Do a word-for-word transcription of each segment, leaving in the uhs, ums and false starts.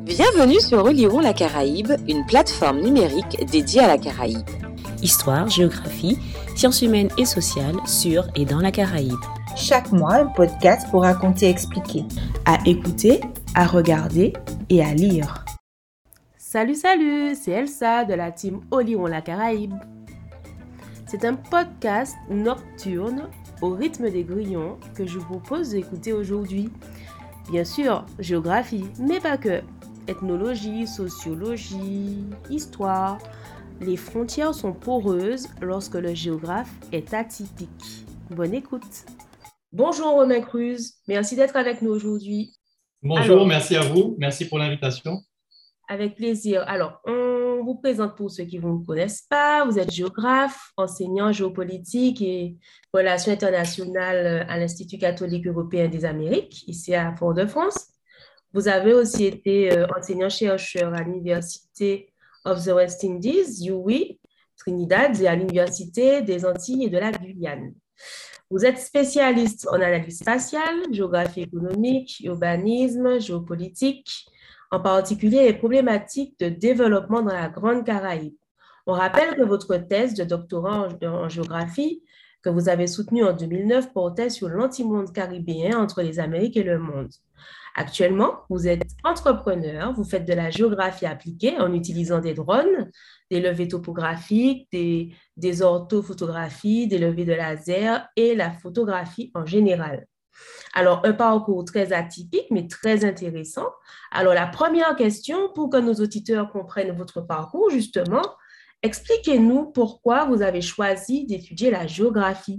Bienvenue sur Relirons la Caraïbe, une plateforme numérique dédiée à la Caraïbe. Histoire, géographie, sciences humaines et sociales sur et dans la Caraïbe. Chaque mois, un podcast pour raconter et expliquer. À écouter, à regarder et à lire. Salut, salut, c'est Elsa de la team Relirons la Caraïbe. C'est un podcast nocturne au rythme des grillons que je vous propose d'écouter aujourd'hui. Bien sûr, géographie, mais pas que. Ethnologie, sociologie, histoire. Les frontières sont poreuses lorsque le géographe est atypique. Bonne écoute. Bonjour Romain Cruz, merci d'être avec nous aujourd'hui. Bonjour, Alors, merci à vous, merci pour l'invitation. Avec plaisir. Alors, on vous présente pour ceux qui ne vous connaissent pas. Vous êtes géographe, enseignant géopolitique et relations internationales à l'Institut catholique européen des Amériques, ici à Fort-de-France. Vous avez aussi été euh, enseignant-chercheur à l'Université of the West Indies, U W I, Trinidad, et à l'Université des Antilles et de la Guyane. Vous êtes spécialiste en analyse spatiale, géographie économique, urbanisme, géopolitique, en particulier les problématiques de développement dans la Grande Caraïbe. On rappelle que votre thèse de doctorat en, en géographie que vous avez soutenue en deux mille neuf portait sur l'antimonde caribéen entre les Amériques et le monde. Actuellement, vous êtes entrepreneur, vous faites de la géographie appliquée en utilisant des drones, des levées topographiques, des, des orthophotographies, des levées de laser et la photographie en général. Alors, un parcours très atypique, mais très intéressant. Alors, la première question, pour que nos auditeurs comprennent votre parcours, justement, expliquez-nous pourquoi vous avez choisi d'étudier la géographie.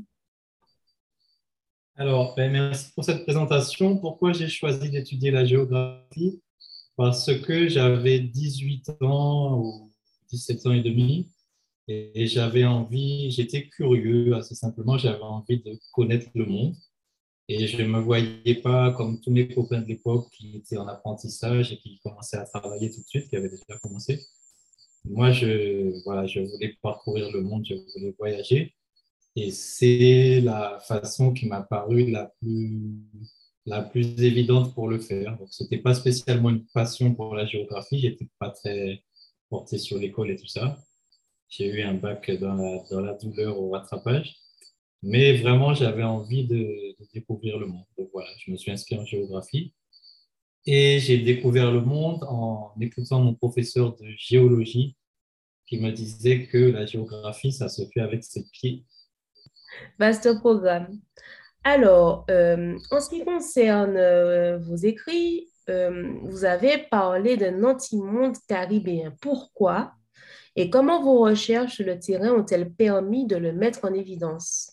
Alors, ben, merci pour cette présentation. Pourquoi j'ai choisi d'étudier la géographie? Parce que j'avais dix-huit ans ou dix-sept ans et demi et j'avais envie, j'étais curieux, assez simplement, j'avais envie de connaître le monde. Et je ne me voyais pas comme tous mes copains de l'époque qui étaient en apprentissage et qui commençaient à travailler tout de suite, qui avaient déjà commencé. Moi, je, voilà, je voulais parcourir le monde, je voulais voyager. Et c'est la façon qui m'a paru la plus, la plus évidente pour le faire. Donc, ce n'était pas spécialement une passion pour la géographie. Je n'étais pas très porté sur l'école et tout ça. J'ai eu un bac dans la, dans la douleur au rattrapage. Mais vraiment, j'avais envie de, de découvrir le monde. Donc voilà, je me suis inscrit en géographie et j'ai découvert le monde en écoutant mon professeur de géologie qui me disait que la géographie, ça se fait avec ses pieds. Vaste programme. Alors, euh, en ce qui concerne euh, vos écrits, euh, vous avez parlé d'un antimonde caribéen. Pourquoi et comment vos recherches sur le terrain ont-elles permis de le mettre en évidence?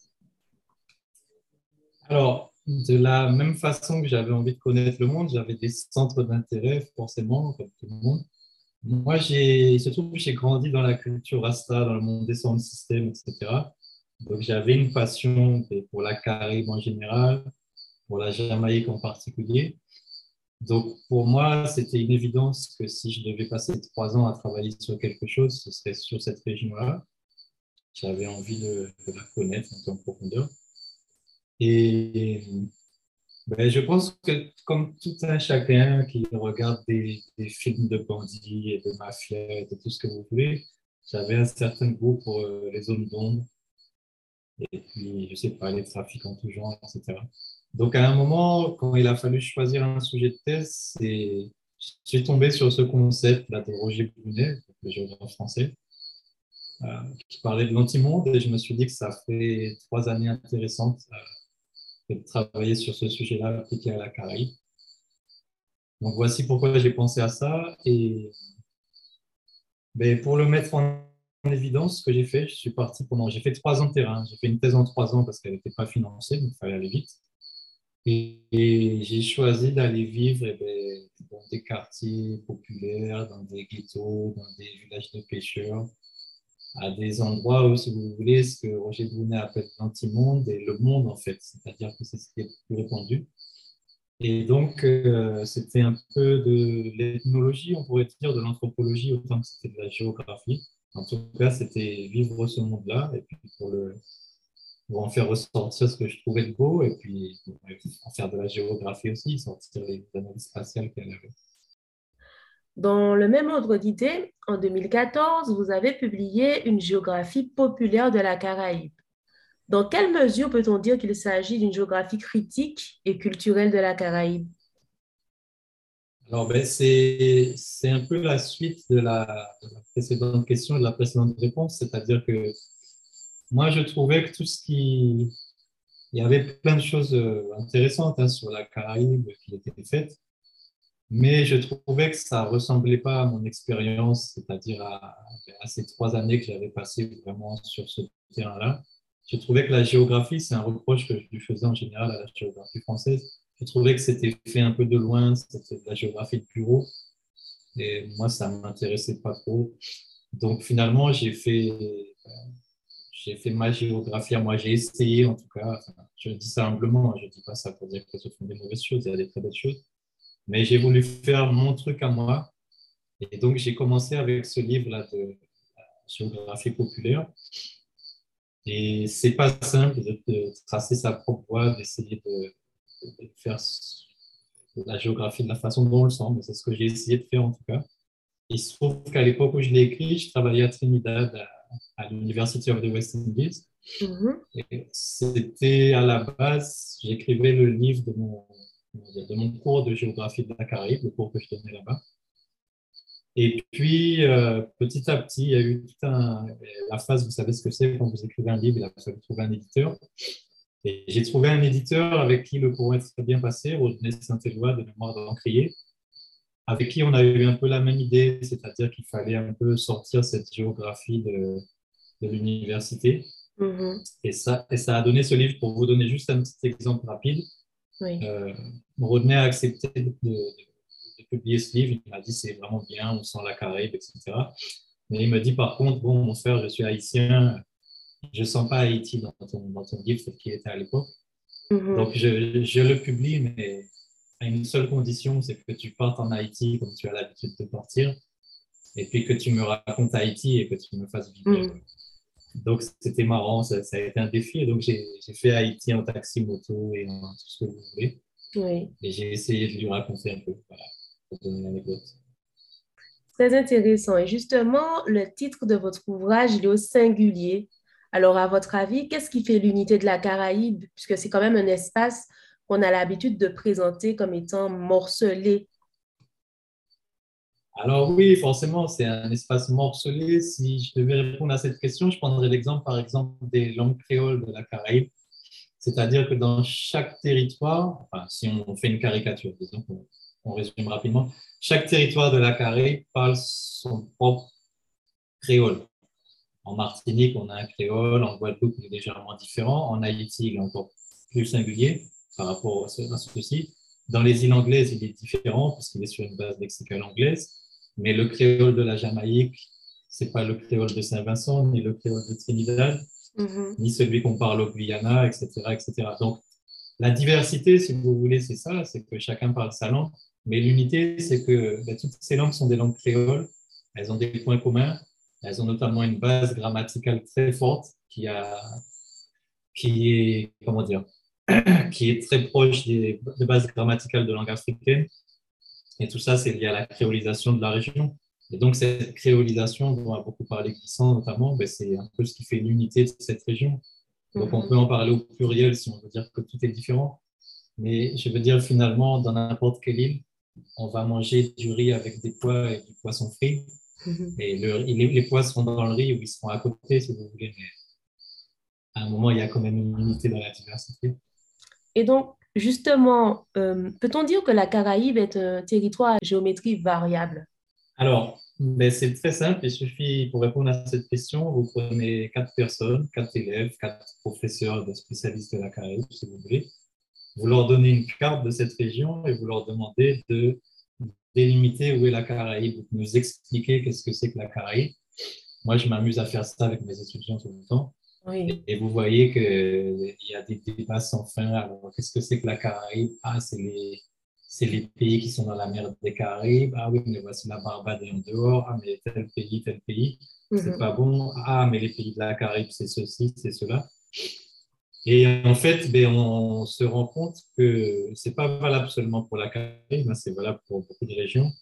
Alors, de la même façon que j'avais envie de connaître le monde, j'avais des centres d'intérêt, forcément, comme tout le monde. Moi, j'ai, il se trouve que j'ai grandi dans la culture Rasta, dans le monde des sound systems, et cetera. Donc, j'avais une passion pour la Caraïbe en général, pour la Jamaïque en particulier. Donc, pour moi, c'était une évidence que si je devais passer trois ans à travailler sur quelque chose, ce serait sur cette région-là. J'avais envie de, de la connaître un peu en profondeur. Et ben, je pense que comme tout un chacun qui regarde des, des films de bandits et de mafia et de tout ce que vous voulez, j'avais un certain goût pour euh, les zones d'ombre et puis, je sais pas, les trafics en tout genre, et cetera. Donc, à un moment, quand il a fallu choisir un sujet de thèse, c'est, je suis tombé sur ce concept-là de Roger Brunet, le géographe français, euh, qui parlait de l'antimonde et je me suis dit que ça fait trois années intéressantes euh, de travailler sur ce sujet-là appliqué à la Caraïbe. Donc, voici pourquoi j'ai pensé à ça. Et ben, pour le mettre en en évidence, ce que j'ai fait, je suis parti pendant, j'ai fait trois ans de terrain. J'ai fait une thèse en trois ans parce qu'elle n'était pas financée, donc il fallait aller vite. Et, et j'ai choisi d'aller vivre eh ben, dans des quartiers populaires, dans des ghettos, dans des villages de pêcheurs, à des endroits où, si vous voulez, ce que Roger Brunet appelle l'antimonde et le monde, en fait. C'est-à-dire que c'est ce qui est plus répandu. Et donc, euh, c'était un peu de l'ethnologie, on pourrait dire, de l'anthropologie, autant que c'était de la géographie. En tout cas, c'était vivre ce monde-là et puis pour, le, pour en faire ressortir ce que je trouvais de beau et puis en faire de la géographie aussi, sortir les analyses spatiales qu'elle avait. Dans le même ordre d'idée, en deux mille quatorze, vous avez publié une géographie populaire de la Caraïbe. Dans quelle mesure peut-on dire qu'il s'agit d'une géographie critique et culturelle de la Caraïbe? Alors, ben, c'est, c'est un peu la suite de la, de la précédente question et de la précédente réponse, c'est-à-dire que moi, je trouvais que tout ce qui... Il y avait plein de choses euh, intéressantes hein, sur la Caraïbe qui étaient faites, mais je trouvais que ça ne ressemblait pas à mon expérience, c'est-à-dire à, à ces trois années que j'avais passées vraiment sur ce terrain-là. Je trouvais que la géographie, c'est un reproche que je lui faisais en général à la géographie française. Je trouvais que c'était fait un peu de loin, c'était de la géographie de bureau, et moi, ça ne m'intéressait pas trop. Donc finalement, j'ai fait, j'ai fait ma géographie à moi, j'ai essayé en tout cas, enfin, je dis ça humblement, je ne dis pas ça pour dire que ce sont des mauvaises choses, il y a des très belles choses, mais j'ai voulu faire mon truc à moi. Et donc, j'ai commencé avec ce livre-là de géographie populaire. Et c'est pas simple de, de tracer sa propre voie, d'essayer de, de faire la géographie de la façon dont on le sent, mais c'est ce que j'ai essayé de faire en tout cas. Il se trouve qu'à l'époque où je l'ai écrit, je travaillais à Trinidad, à, à l'University of the West Indies. Mhm. Et c'était à la base, j'écrivais le livre de mon, de mon cours de géographie de la Caraïbe, le cours que je donnais là-bas. Et puis, euh, petit à petit, il y a eu toute un, la phase, vous savez ce que c'est, quand vous écrivez un livre, il a fallu trouver un éditeur. Et j'ai trouvé un éditeur avec qui le courant est très bien passé, Rodney Saint-Éloi de Mémoire d'Encrier, avec qui on a eu un peu la même idée, c'est-à-dire qu'il fallait un peu sortir cette géographie de, de l'université. Mhm. Et ça, et ça a donné ce livre. Pour vous donner juste un petit exemple rapide, Oui. euh, Rodney a accepté de, de, de publier ce livre. Il m'a dit c'est vraiment bien, on sent la Caraïbe, et cetera. Mais il me dit par contre, bon, mon frère, je suis haïtien, je ne sens pas Haïti dans ton, dans ton livre, qui était à l'époque. Mhm. Donc, je, je le publie, mais à une seule condition, c'est que tu partes en Haïti comme tu as l'habitude de partir, et puis que tu me racontes Haïti et que tu me fasses vivre. Mhm. Donc, c'était marrant, ça, ça a été un défi. Et donc, j'ai, j'ai fait Haïti en taxi moto et en tout ce que vous voulez. Oui. Et j'ai essayé de lui raconter un peu, voilà, pour donner l'anecdote. Très intéressant. Et justement, le titre de votre ouvrage, il est au singulier. Alors, à votre avis, qu'est-ce qui fait l'unité de la Caraïbe? Puisque c'est quand même un espace qu'on a l'habitude de présenter comme étant morcelé. Alors oui, forcément, c'est un espace morcelé. Si je devais répondre à cette question, je prendrais l'exemple, par exemple, des langues créoles de la Caraïbe. C'est-à-dire que dans chaque territoire, enfin, si on fait une caricature, disons, on, on résume rapidement, chaque territoire de la Caraïbe parle son propre créole. En Martinique, on a un créole, en Guadeloupe, il est légèrement différent, en Haïti, il est encore plus singulier par rapport à ceci. Dans les îles anglaises, il est différent puisqu'il est sur une base lexicale anglaise, mais le créole de la Jamaïque, ce n'est pas le créole de Saint-Vincent, ni le créole de Trinidad, Mhm. ni celui qu'on parle au Guyana, et cetera, et cetera. Donc, la diversité, si vous voulez, c'est ça, c'est que chacun parle sa langue, mais l'unité, c'est que ben, toutes ces langues sont des langues créoles, elles ont des points communs, elles ont notamment une base grammaticale très forte qui, a, qui est, comment dire, qui est très proche des, des bases grammaticales de langue africaine. Et tout ça, c'est lié à la créolisation de la région. Et donc, cette créolisation, dont on a beaucoup parlé glissant notamment, ben, c'est un peu ce qui fait l'unité de cette région. Donc, on peut en parler au pluriel si on veut dire que tout est différent. Mais je veux dire, finalement, dans n'importe quelle île, on va manger du riz avec des pois et du poisson frit. Mhm. Et le, les, les pois seront dans le riz ou ils seront à côté, si vous voulez. Mais à un moment, il y a quand même une unité dans la diversité. Et donc, justement, euh, peut-on dire que la Caraïbe est un territoire à géométrie variable? Alors, ben, c'est très simple. Il suffit, pour répondre à cette question, vous prenez quatre personnes, quatre élèves, quatre professeurs de spécialistes de la Caraïbe, si vous voulez. Vous leur donnez une carte de cette région et vous leur demandez de délimiter où est la Caraïbe, de nous expliquer qu'est-ce que c'est que la Caraïbe. Moi, je m'amuse à faire ça avec mes étudiants tout le temps. Oui. Et vous voyez qu'il y a des débats sans fin. Alors, qu'est-ce que c'est que la Caraïbe? Ah, c'est les, c'est les pays qui sont dans la mer des Caraïbes. Ah oui, mais voici la Barbade est en dehors. Ah, mais tel pays, tel pays, c'est Mhm. pas bon. Ah, mais les pays de la Caraïbe, c'est ceci, c'est cela. Et en fait, ben, on se rend compte que c'est pas valable seulement pour la Caraïbe, c'est valable pour beaucoup de régions.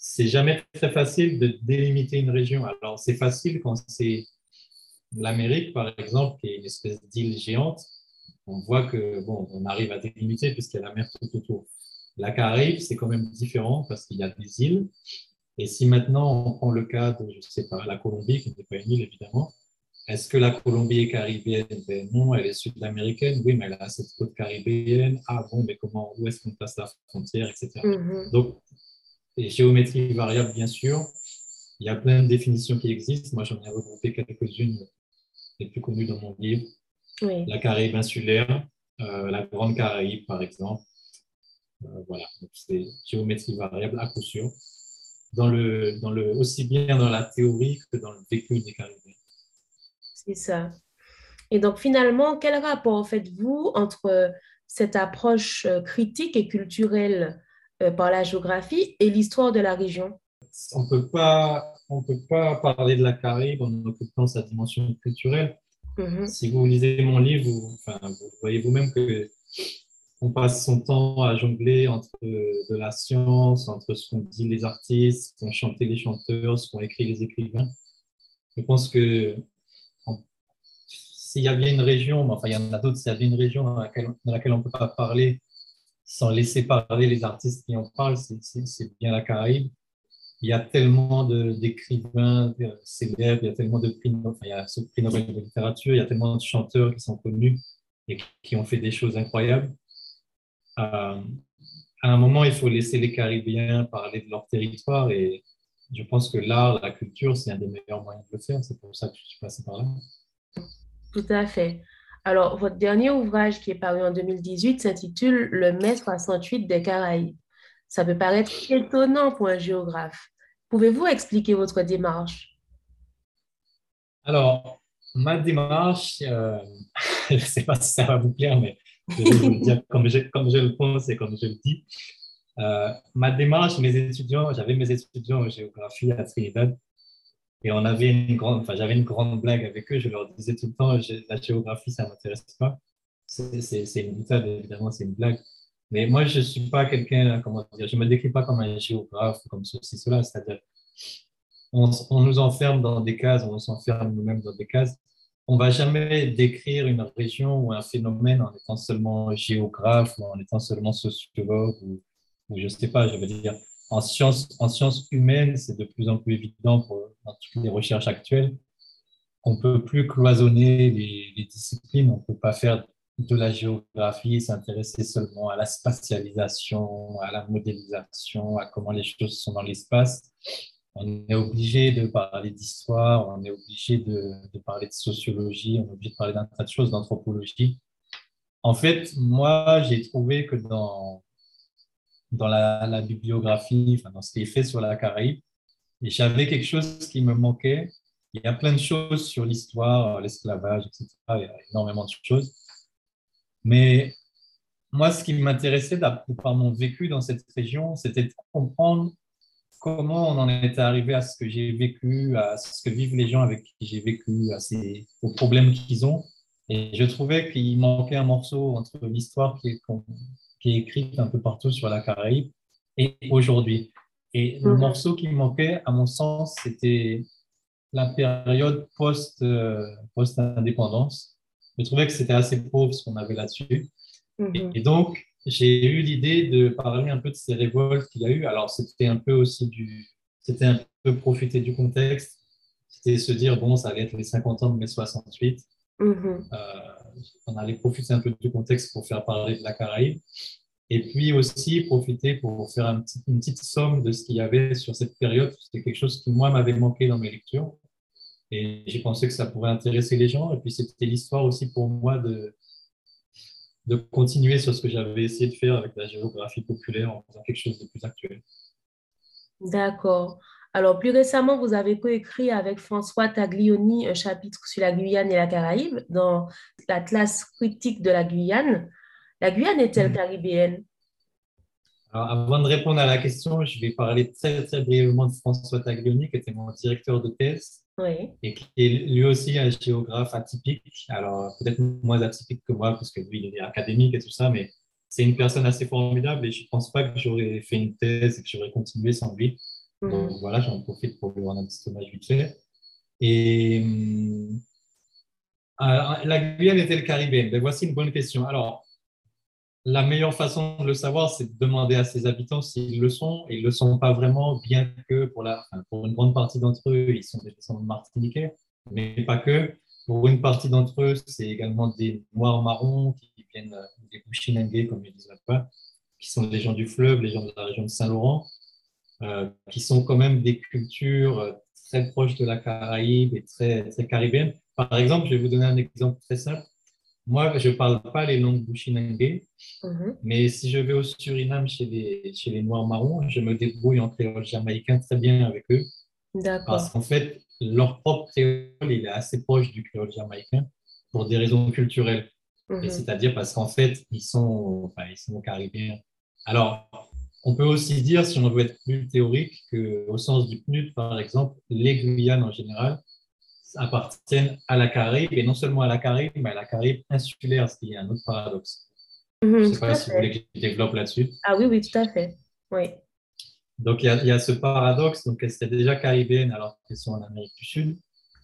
c'est jamais très facile de délimiter une région. Alors, c'est facile quand c'est l'Amérique, par exemple, qui est une espèce d'île géante. On voit que, bon, on arrive à délimiter puisqu'il y a la mer tout autour. La Caraïbe, c'est quand même différent parce qu'il y a des îles. Et si maintenant on prend le cas de, je ne sais pas, la Colombie, qui n'est pas une île évidemment, est-ce que la Colombie est caribéenne? Ben non, elle est sud-américaine. Oui, mais elle a cette côte caribéenne. Ah bon, mais comment, où est-ce qu'on passe la frontière, et cetera. Mhm. Donc, et géométrie variable, bien sûr. Il y a plein de définitions qui existent. Moi, j'en ai regroupé quelques-unes les plus connues dans mon livre. Oui. La Caraïbe insulaire, euh, la Grande Caraïbe, par exemple. Euh, voilà, donc c'est géométrie variable à coup sûr, dans le, dans le, aussi bien dans la théorie que dans le vécu des Caribéens. C'est ça. Et donc, finalement, quel rapport faites-vous entre cette approche euh, critique et culturelle euh, par la géographie et l'histoire de la région? On ne peut pas, on peut pas parler de la Caraïbe en occupant sa dimension culturelle. Mhm. Si vous lisez mon livre, vous, enfin, vous voyez vous-même que on passe son temps à jongler entre de la science, entre ce qu'ont dit les artistes, ce qu'ont chanté les chanteurs, ce qu'ont écrit les écrivains. Je pense que en, s'il y avait une région, enfin il y en a d'autres, s'il y avait une région dans laquelle, dans laquelle on ne peut pas parler sans laisser parler les artistes qui en parlent, c'est, c'est, c'est bien la Caraïbe. Il y a tellement de, d'écrivains célèbres, il y a tellement de prix, enfin, il y a ce prix Nobel de littérature, il y a tellement de chanteurs qui sont connus et qui ont fait des choses incroyables. Euh, à un moment, il faut laisser les Caribéens parler de leur territoire et je pense que l'art, la culture, c'est un des meilleurs moyens de le faire. C'est pour ça que je suis passé par là. Tout à fait. Alors, votre dernier ouvrage qui est paru en deux mille dix-huit s'intitule Le mai soixante-huit des Caraïbes. Ça peut paraître étonnant pour un géographe. Pouvez-vous expliquer votre démarche? Alors, ma démarche, euh, je ne sais pas si ça va vous plaire, mais je vais vous le dire comme je, comme je le pense et comme je le dis. Euh, ma démarche, mes étudiants, j'avais mes étudiants en géographie à Trinidad et on avait une grande, enfin, j'avais une grande blague avec eux. Je leur disais tout le temps, la géographie, ça ne m'intéresse pas. C'est, c'est, c'est une boutade, évidemment, c'est une blague. Mais moi, je ne suis pas quelqu'un, comment dire, je ne me décris pas comme un géographe, comme ceci, cela. C'est-à-dire, on, on nous enferme dans des cases, on s'enferme nous-mêmes dans des cases. On ne va jamais décrire une région ou un phénomène en étant seulement géographe ou en étant seulement sociologue ou, ou je ne sais pas, je veux dire. En sciences, en sciences humaines, c'est de plus en plus évident pour, dans toutes les recherches actuelles. On ne peut plus cloisonner les, les disciplines, on ne peut pas faire de la géographie, s'intéresser seulement à la spatialisation, à la modélisation, à comment les choses sont dans l'espace. On est obligé de parler d'histoire, on est obligé de, de parler de sociologie, on est obligé de parler d'un tas de choses, d'anthropologie. En fait, moi, j'ai trouvé que dans, dans la, la bibliographie, enfin, dans ce qui est fait sur la Caraïbe, j'avais quelque chose qui me manquait. Il y a plein de choses sur l'histoire, l'esclavage, et cetera. Il y a énormément de choses. Mais moi, ce qui m'intéressait par mon vécu dans cette région, c'était de comprendre comment on en est arrivé à ce que j'ai vécu, à ce que vivent les gens avec qui j'ai vécu, à ces, aux problèmes qu'ils ont. Et je trouvais qu'il manquait un morceau entre l'histoire qui est, qui est écrite un peu partout sur la Caraïbe et aujourd'hui. Et le morceau qui manquait, à mon sens, c'était la période post, euh, post-indépendance. Je trouvais que c'était assez pauvre ce qu'on avait là-dessus. Mm-hmm. Et, et donc, j'ai eu l'idée de parler un peu de ces révoltes qu'il y a eu. Alors, c'était un peu aussi du... C'était un peu profiter du contexte. C'était se dire, bon, ça allait être les cinquante ans de mai soixante-huit. Mm-hmm. Euh, on allait profiter un peu du contexte pour faire parler de la Caraïbe. Et puis aussi profiter pour faire un petit, une petite somme de ce qu'il y avait sur cette période. C'était quelque chose qui, moi, m'avait manqué dans mes lectures. Et j'ai pensé que ça pourrait intéresser les gens. Et puis, c'était l'histoire aussi pour moi de, de continuer sur ce que j'avais essayé de faire avec la géographie populaire en faisant quelque chose de plus actuel. D'accord. Alors, plus récemment, vous avez coécrit avec François Taglioni un chapitre sur la Guyane et la Caraïbe dans l'Atlas critique de la Guyane. La Guyane est-elle caribéenne? Alors, avant de répondre à la question, je vais parler très, très brièvement de François Taglioni, qui était mon directeur de thèse. Oui. Et qui est lui aussi un géographe atypique, alors peut-être moins atypique que moi, parce que lui, il est académique et tout ça, mais c'est une personne assez formidable et je ne pense pas que j'aurais fait une thèse et que j'aurais continué sans lui. Donc Mhm. voilà, j'en profite pour lui rendre un petit hommage vite fait. Et hum, ah, la Guyane est-elle caribéenne? Ben, voici une bonne question. Alors, la meilleure façon de le savoir, c'est de demander à ses habitants s'ils le sont. Ils ne le sont pas vraiment, bien que pour, la, enfin, pour une grande partie d'entre eux, ils sont des descendants de Martiniquais, mais pas que. Pour une partie d'entre eux, c'est également des Noirs marrons qui viennent euh, des Bushinengués, comme ils disent là-bas, qui sont des gens du fleuve, les gens de la région de Saint-Laurent, euh, qui sont quand même des cultures euh, très proches de la Caraïbe et très, très caribéennes. Par exemple, je vais vous donner un exemple très simple. Moi, je ne parle pas les langues bushinengués, Mhm. mais si je vais au Suriname chez les, chez les Noirs marrons, je me débrouille en créole jamaïcain très bien avec eux, parce D'accord. qu'en fait, leur propre créole, il est assez proche du créole jamaïcain pour des raisons culturelles. Et Mhm. c'est-à-dire parce qu'en fait, ils sont, enfin, ils sont caribéens. Alors, on peut aussi dire, si on veut être plus théorique, qu'au sens du P N U D, par exemple, les Guyanes en général appartiennent à la Caraïbe, et non seulement à la Caraïbe, mais à la Caraïbe insulaire, ce qui est un autre paradoxe. Je ne Mhm, sais tout pas à si vous voulez fait. que je développe là-dessus. Ah oui, oui, tout à fait. Oui. Donc, il y, a, il y a ce paradoxe, donc elle serait déjà caribéenne alors qu'elles sont en Amérique du Sud,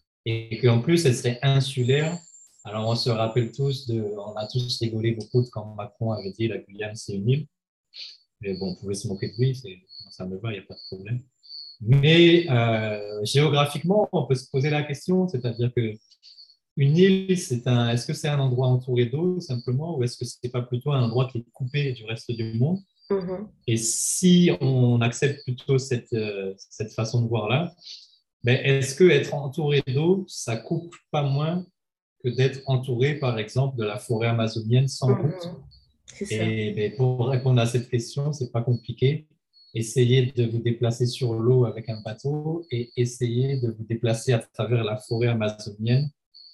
et qu'en plus, elle serait insulaire. Alors, on se rappelle tous, de, on a tous rigolé beaucoup de quand Macron avait dit la Guyane, c'est une île. Mais bon, on pouvait se moquer de lui, ça me va, il n'y a pas de problème. Mais euh, géographiquement, on peut se poser la question, c'est-à-dire que une île, c'est un, est-ce que c'est un endroit entouré d'eau simplement, ou est-ce que c'est pas plutôt un endroit qui est coupé du reste du monde? Mhm. Et si on accepte plutôt cette, euh, cette façon de voir-là, ben, est-ce que être entouré d'eau, ça coupe pas moins que d'être entouré, par exemple, de la forêt amazonienne sans route? Mhm. C'est ça. Et ben, pour répondre à cette question, c'est pas compliqué. Essayez de vous déplacer sur l'eau avec un bateau et essayez de vous déplacer à travers la forêt amazonienne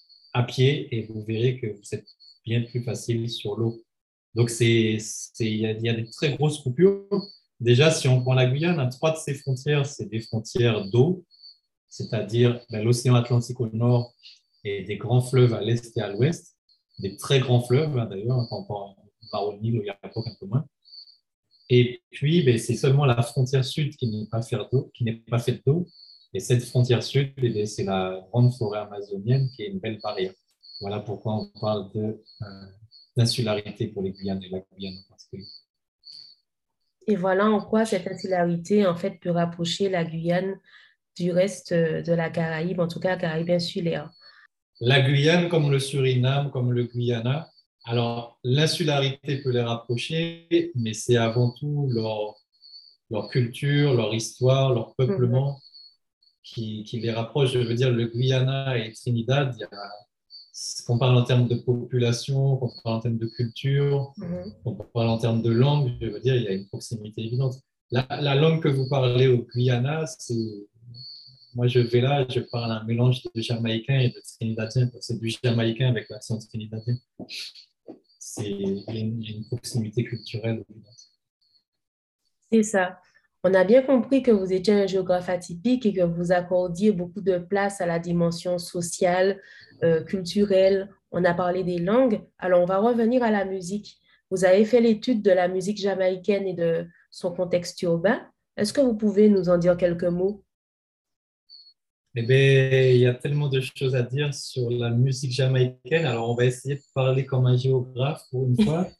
à pied et vous verrez que vous êtes bien plus facile sur l'eau. Donc, c'est, c'est, il y a, il y a des très grosses coupures. Déjà, si on prend la Guyane, hein, trois de ses frontières, c'est des frontières d'eau, c'est-à-dire ben, l'océan Atlantique au nord et des grands fleuves à l'est et à l'ouest, des très grands fleuves hein, d'ailleurs, quand on prend Maroni, le Yarapock un peu moins. Et puis, ben, c'est seulement la frontière sud qui n'est pas faite d'eau, qui n'est pas faite d'eau. Et cette frontière sud, eh bien, c'est la grande forêt amazonienne qui est une belle barrière. Voilà pourquoi on parle de, euh, d'insularité pour les Guyanes et la Guyane en particulier. Et voilà en quoi cette insularité, en fait, peut rapprocher la Guyane du reste euh, de la Caraïbe, en tout cas la Caraïbe insulaire. La Guyane, comme le Suriname, comme le Guyana, alors l'insularité peut les rapprocher, mais c'est avant tout leur, leur culture, leur histoire, leur Mhm. peuplement qui, qui les rapproche. Je veux dire, le Guyana et Trinidad, il y a, qu'on parle en termes de population, qu'on parle en termes de culture, Mhm. qu'on parle en termes de langue, je veux dire, il y a une proximité évidente. La, la langue que vous parlez au Guyana, c'est. Moi, je vais là, je parle un mélange de jamaïcain et de trinidadien. C'est du jamaïcain avec l'accent trinidadien. C'est, il y a une, il y a une proximité culturelle évidente. C'est ça. On a bien compris que vous étiez un géographe atypique et que vous accordiez beaucoup de place à la dimension sociale, euh, culturelle. On a parlé des langues. Alors, on va revenir à la musique. Vous avez fait l'étude de la musique jamaïcaine et de son contexte urbain. Est-ce que vous pouvez nous en dire quelques mots? Eh bien, il y a tellement de choses à dire sur la musique jamaïcaine. Alors, on va essayer de parler comme un géographe pour une fois.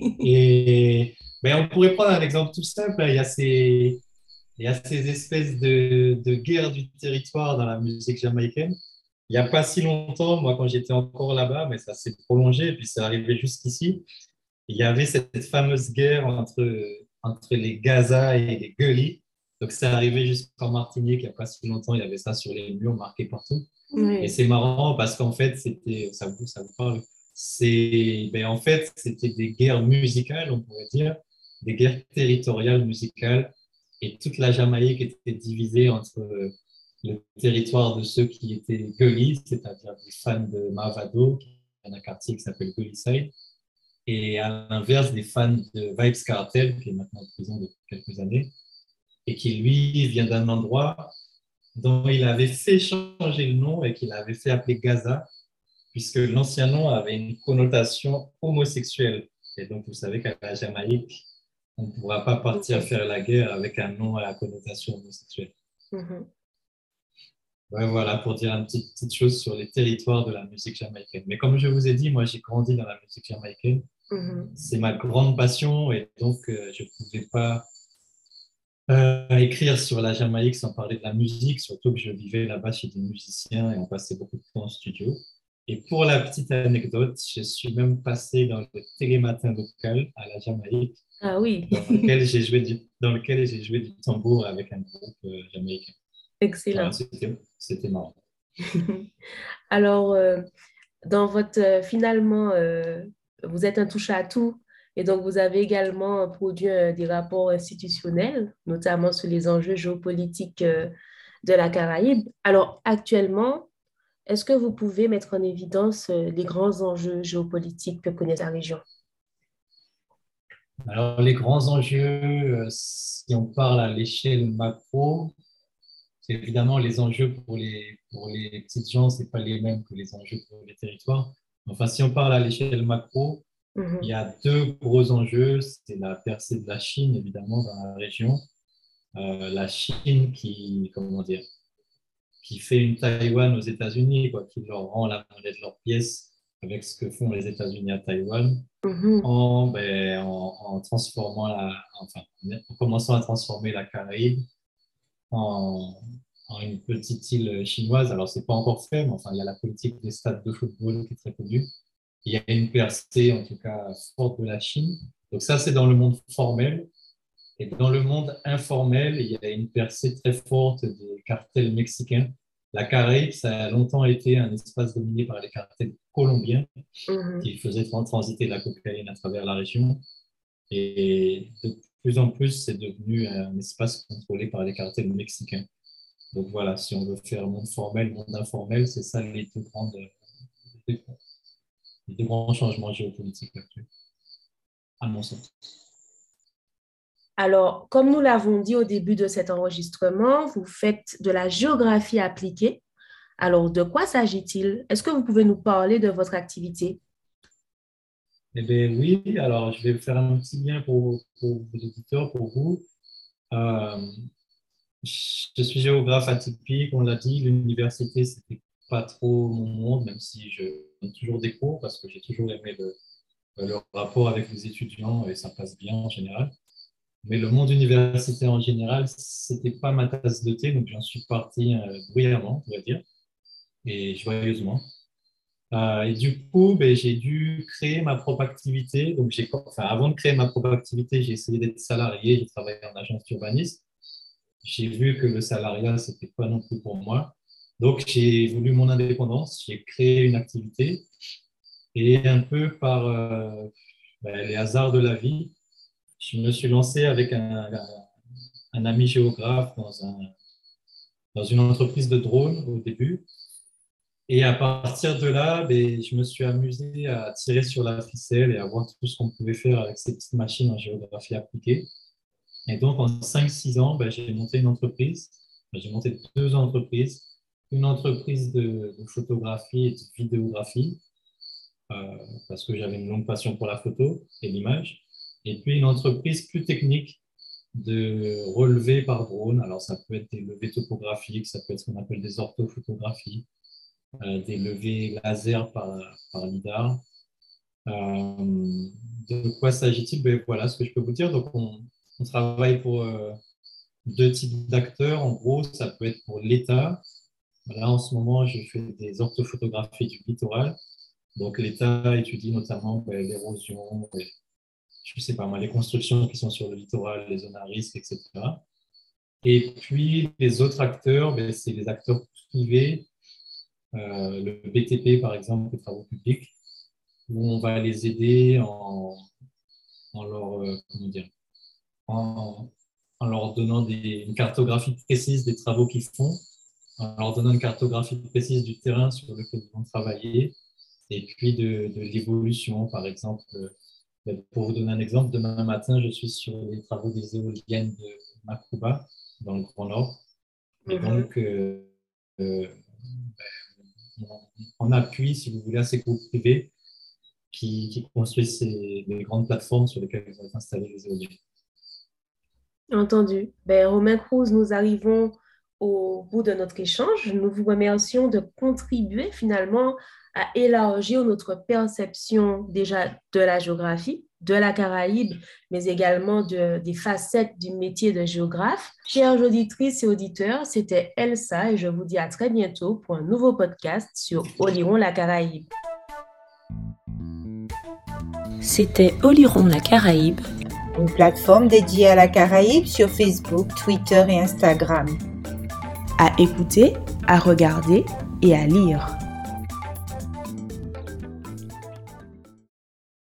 Et ben, on pourrait prendre un exemple tout simple. Il y a ces, il y a ces espèces de, de guerres du territoire dans la musique jamaïcaine. Il n'y a pas si longtemps, moi, quand j'étais encore là-bas, mais ça s'est prolongé, puis c'est arrivé jusqu'ici, il y avait cette fameuse guerre entre, entre les Gaza et les Gueulis. Donc, c'est arrivé jusqu'en Martinique, il n'y a pas si longtemps, il y avait ça sur les murs marqués partout. Et Oui. c'est marrant parce qu'en fait, c'était, ça vous, ça vous parle, c'est, ben, en fait, c'était des guerres musicales, on pourrait dire, des guerres territoriales musicales. Et toute la Jamaïque était divisée entre le territoire de ceux qui étaient Gueulis, c'est-à-dire des fans de Mavado, qui est un quartier qui s'appelle Gueulisside, et à l'inverse des fans de Vybz Kartel, qui est maintenant en prison depuis quelques années, et qui, lui, vient d'un endroit dont il avait fait changer le nom et qu'il avait fait appeler Gaza, puisque l'ancien nom avait une connotation homosexuelle. Et donc, vous savez qu'à la Jamaïque, on ne pourra pas partir faire la guerre avec un nom à la connotation homosexuelle. Mhm. Ouais, voilà, pour dire une petite, petite chose sur les territoires de la musique jamaïcaine. Mais comme je vous ai dit, moi, j'ai grandi dans la musique jamaïcaine. Mhm. C'est ma grande passion et donc euh, je ne pouvais pas euh, écrire sur la Jamaïque sans parler de la musique, surtout que je vivais là-bas chez des musiciens et on passait beaucoup de temps en studio. Et pour la petite anecdote, je suis même passé dans le télématin local à la Jamaïque, Ah oui, dans lequel j'ai joué du, dans lequel j'ai joué du tambour avec un groupe euh, jamaïcain. Voilà, excellent. c'était, c'était marrant. Alors, euh, dans votre, euh, finalement, euh, vous êtes un touche-à-tout et donc vous avez également produit euh, des rapports institutionnels, notamment sur les enjeux géopolitiques euh, de la Caraïbe. Alors, actuellement, est-ce que vous pouvez mettre en évidence euh, les grands enjeux géopolitiques que connaît la région? Alors, les grands enjeux, euh, si on parle à l'échelle macro, c'est évidemment les enjeux pour les, pour les petites gens, ce n'est pas les mêmes que les enjeux pour les territoires. Enfin, si on parle à l'échelle macro, il y Mhm. a deux gros enjeux. C'est la percée de la Chine, évidemment, dans la région. Euh, la Chine qui, comment dire, qui fait une Taïwan aux États-Unis, quoi, qui leur rend la monnaie de leur pièce avec ce que font les États-Unis à Taïwan, Mhm. en, ben, en, en transformant la, enfin, en commençant à transformer la Caraïbe en, en une petite île chinoise. Alors, c'est pas encore fait, mais enfin, il y a la politique des stades de football qui est très connue. Il y a une percée, en tout cas, forte de la Chine. Donc ça, c'est dans le monde formel. Et dans le monde informel, il y a une percée très forte des cartels mexicains. La Caraïbe, ça a longtemps été un espace dominé par les cartels colombiens Mhm. qui faisaient transiter la cocaïne à travers la région. Et de plus en plus, c'est devenu un espace contrôlé par les cartels mexicains. Donc voilà, si on veut faire monde formel, monde informel, c'est ça les deux, grandes, les deux grands changements géopolitiques actuels, à mon sens. Alors, comme nous l'avons dit au début de cet enregistrement, vous faites de la géographie appliquée. Alors, de quoi s'agit-il? Est-ce que vous pouvez nous parler de votre activité? Eh bien oui, alors je vais faire un petit lien pour, pour vos auditeurs, pour vous. Euh, je suis géographe atypique, on l'a dit, l'université, c'était pas trop mon monde, même si je donne toujours des cours parce que j'ai toujours aimé le, le rapport avec les étudiants et ça passe bien en général. Mais le monde universitaire en général, c'était pas ma tasse de thé, donc j'en suis parti euh, bruyamment, on va dire, et joyeusement. Euh, et du coup, ben, j'ai dû créer ma propre activité. Donc, j'ai, enfin, avant de créer ma propre activité, j'ai essayé d'être salarié, j'ai travaillé en agence d'urbanisme. J'ai vu que le salariat, c'était pas non plus pour moi. Donc, j'ai voulu mon indépendance, j'ai créé une activité et un peu par euh, ben, les hasards de la vie, je me suis lancé avec un, un ami géographe dans, un, dans une entreprise de drones au début. Et à partir de là, ben, je me suis amusé à tirer sur la ficelle et à voir tout ce qu'on pouvait faire avec ces petites machines en géographie appliquée. Et donc, en cinq six ans, ben, j'ai monté une entreprise. Ben, j'ai monté deux entreprises. Une entreprise de, de photographie et de vidéographie, euh, parce que j'avais une longue passion pour la photo et l'image. Et puis, une entreprise plus technique de relevés par drone. Alors, ça peut être des levées topographiques, ça peut être ce qu'on appelle des orthophotographies, euh, des levées laser par, par lidar. Euh, de quoi s'agit-il? Ben, voilà ce que je peux vous dire. Donc, on, on travaille pour euh, deux types d'acteurs. En gros, ça peut être pour l'État. Là, en ce moment, je fais des orthophotographies du littoral. Donc, l'État étudie notamment ben, l'érosion, ben, je ne sais pas moi, les constructions qui sont sur le littoral, les zones à risque, et cetera. Et puis, les autres acteurs, ben, c'est les acteurs privés, euh, le B T P, par exemple, les travaux publics, où on va les aider en, en leur, euh, comment dire, en, en leur donnant des, une cartographie précise des travaux qu'ils font, en leur donnant une cartographie précise du terrain sur lequel ils vont travailler, et puis de, de l'évolution, par exemple. Pour vous donner un exemple, demain matin, je suis sur les travaux des éoliennes de Makuba, dans le Grand Nord. Et Mhm. donc, euh, euh, on appuie, si vous voulez, à ces groupes privés qui, qui construisent ces, les grandes plateformes sur lesquelles ils vont installer les éoliennes. Entendu. Ben, Romain Cruz, nous arrivons au bout de notre échange. Nous vous remercions de contribuer finalement à élargir notre perception déjà de la géographie, de la Caraïbe, mais également de, des facettes du métier de géographe. Chères auditrices et auditeurs, c'était Elsa et je vous dis à très bientôt pour un nouveau podcast sur Oliron la Caraïbe. C'était Oliron la Caraïbe, une plateforme dédiée à la Caraïbe sur Facebook, Twitter et Instagram. à écouter, à regarder et à lire.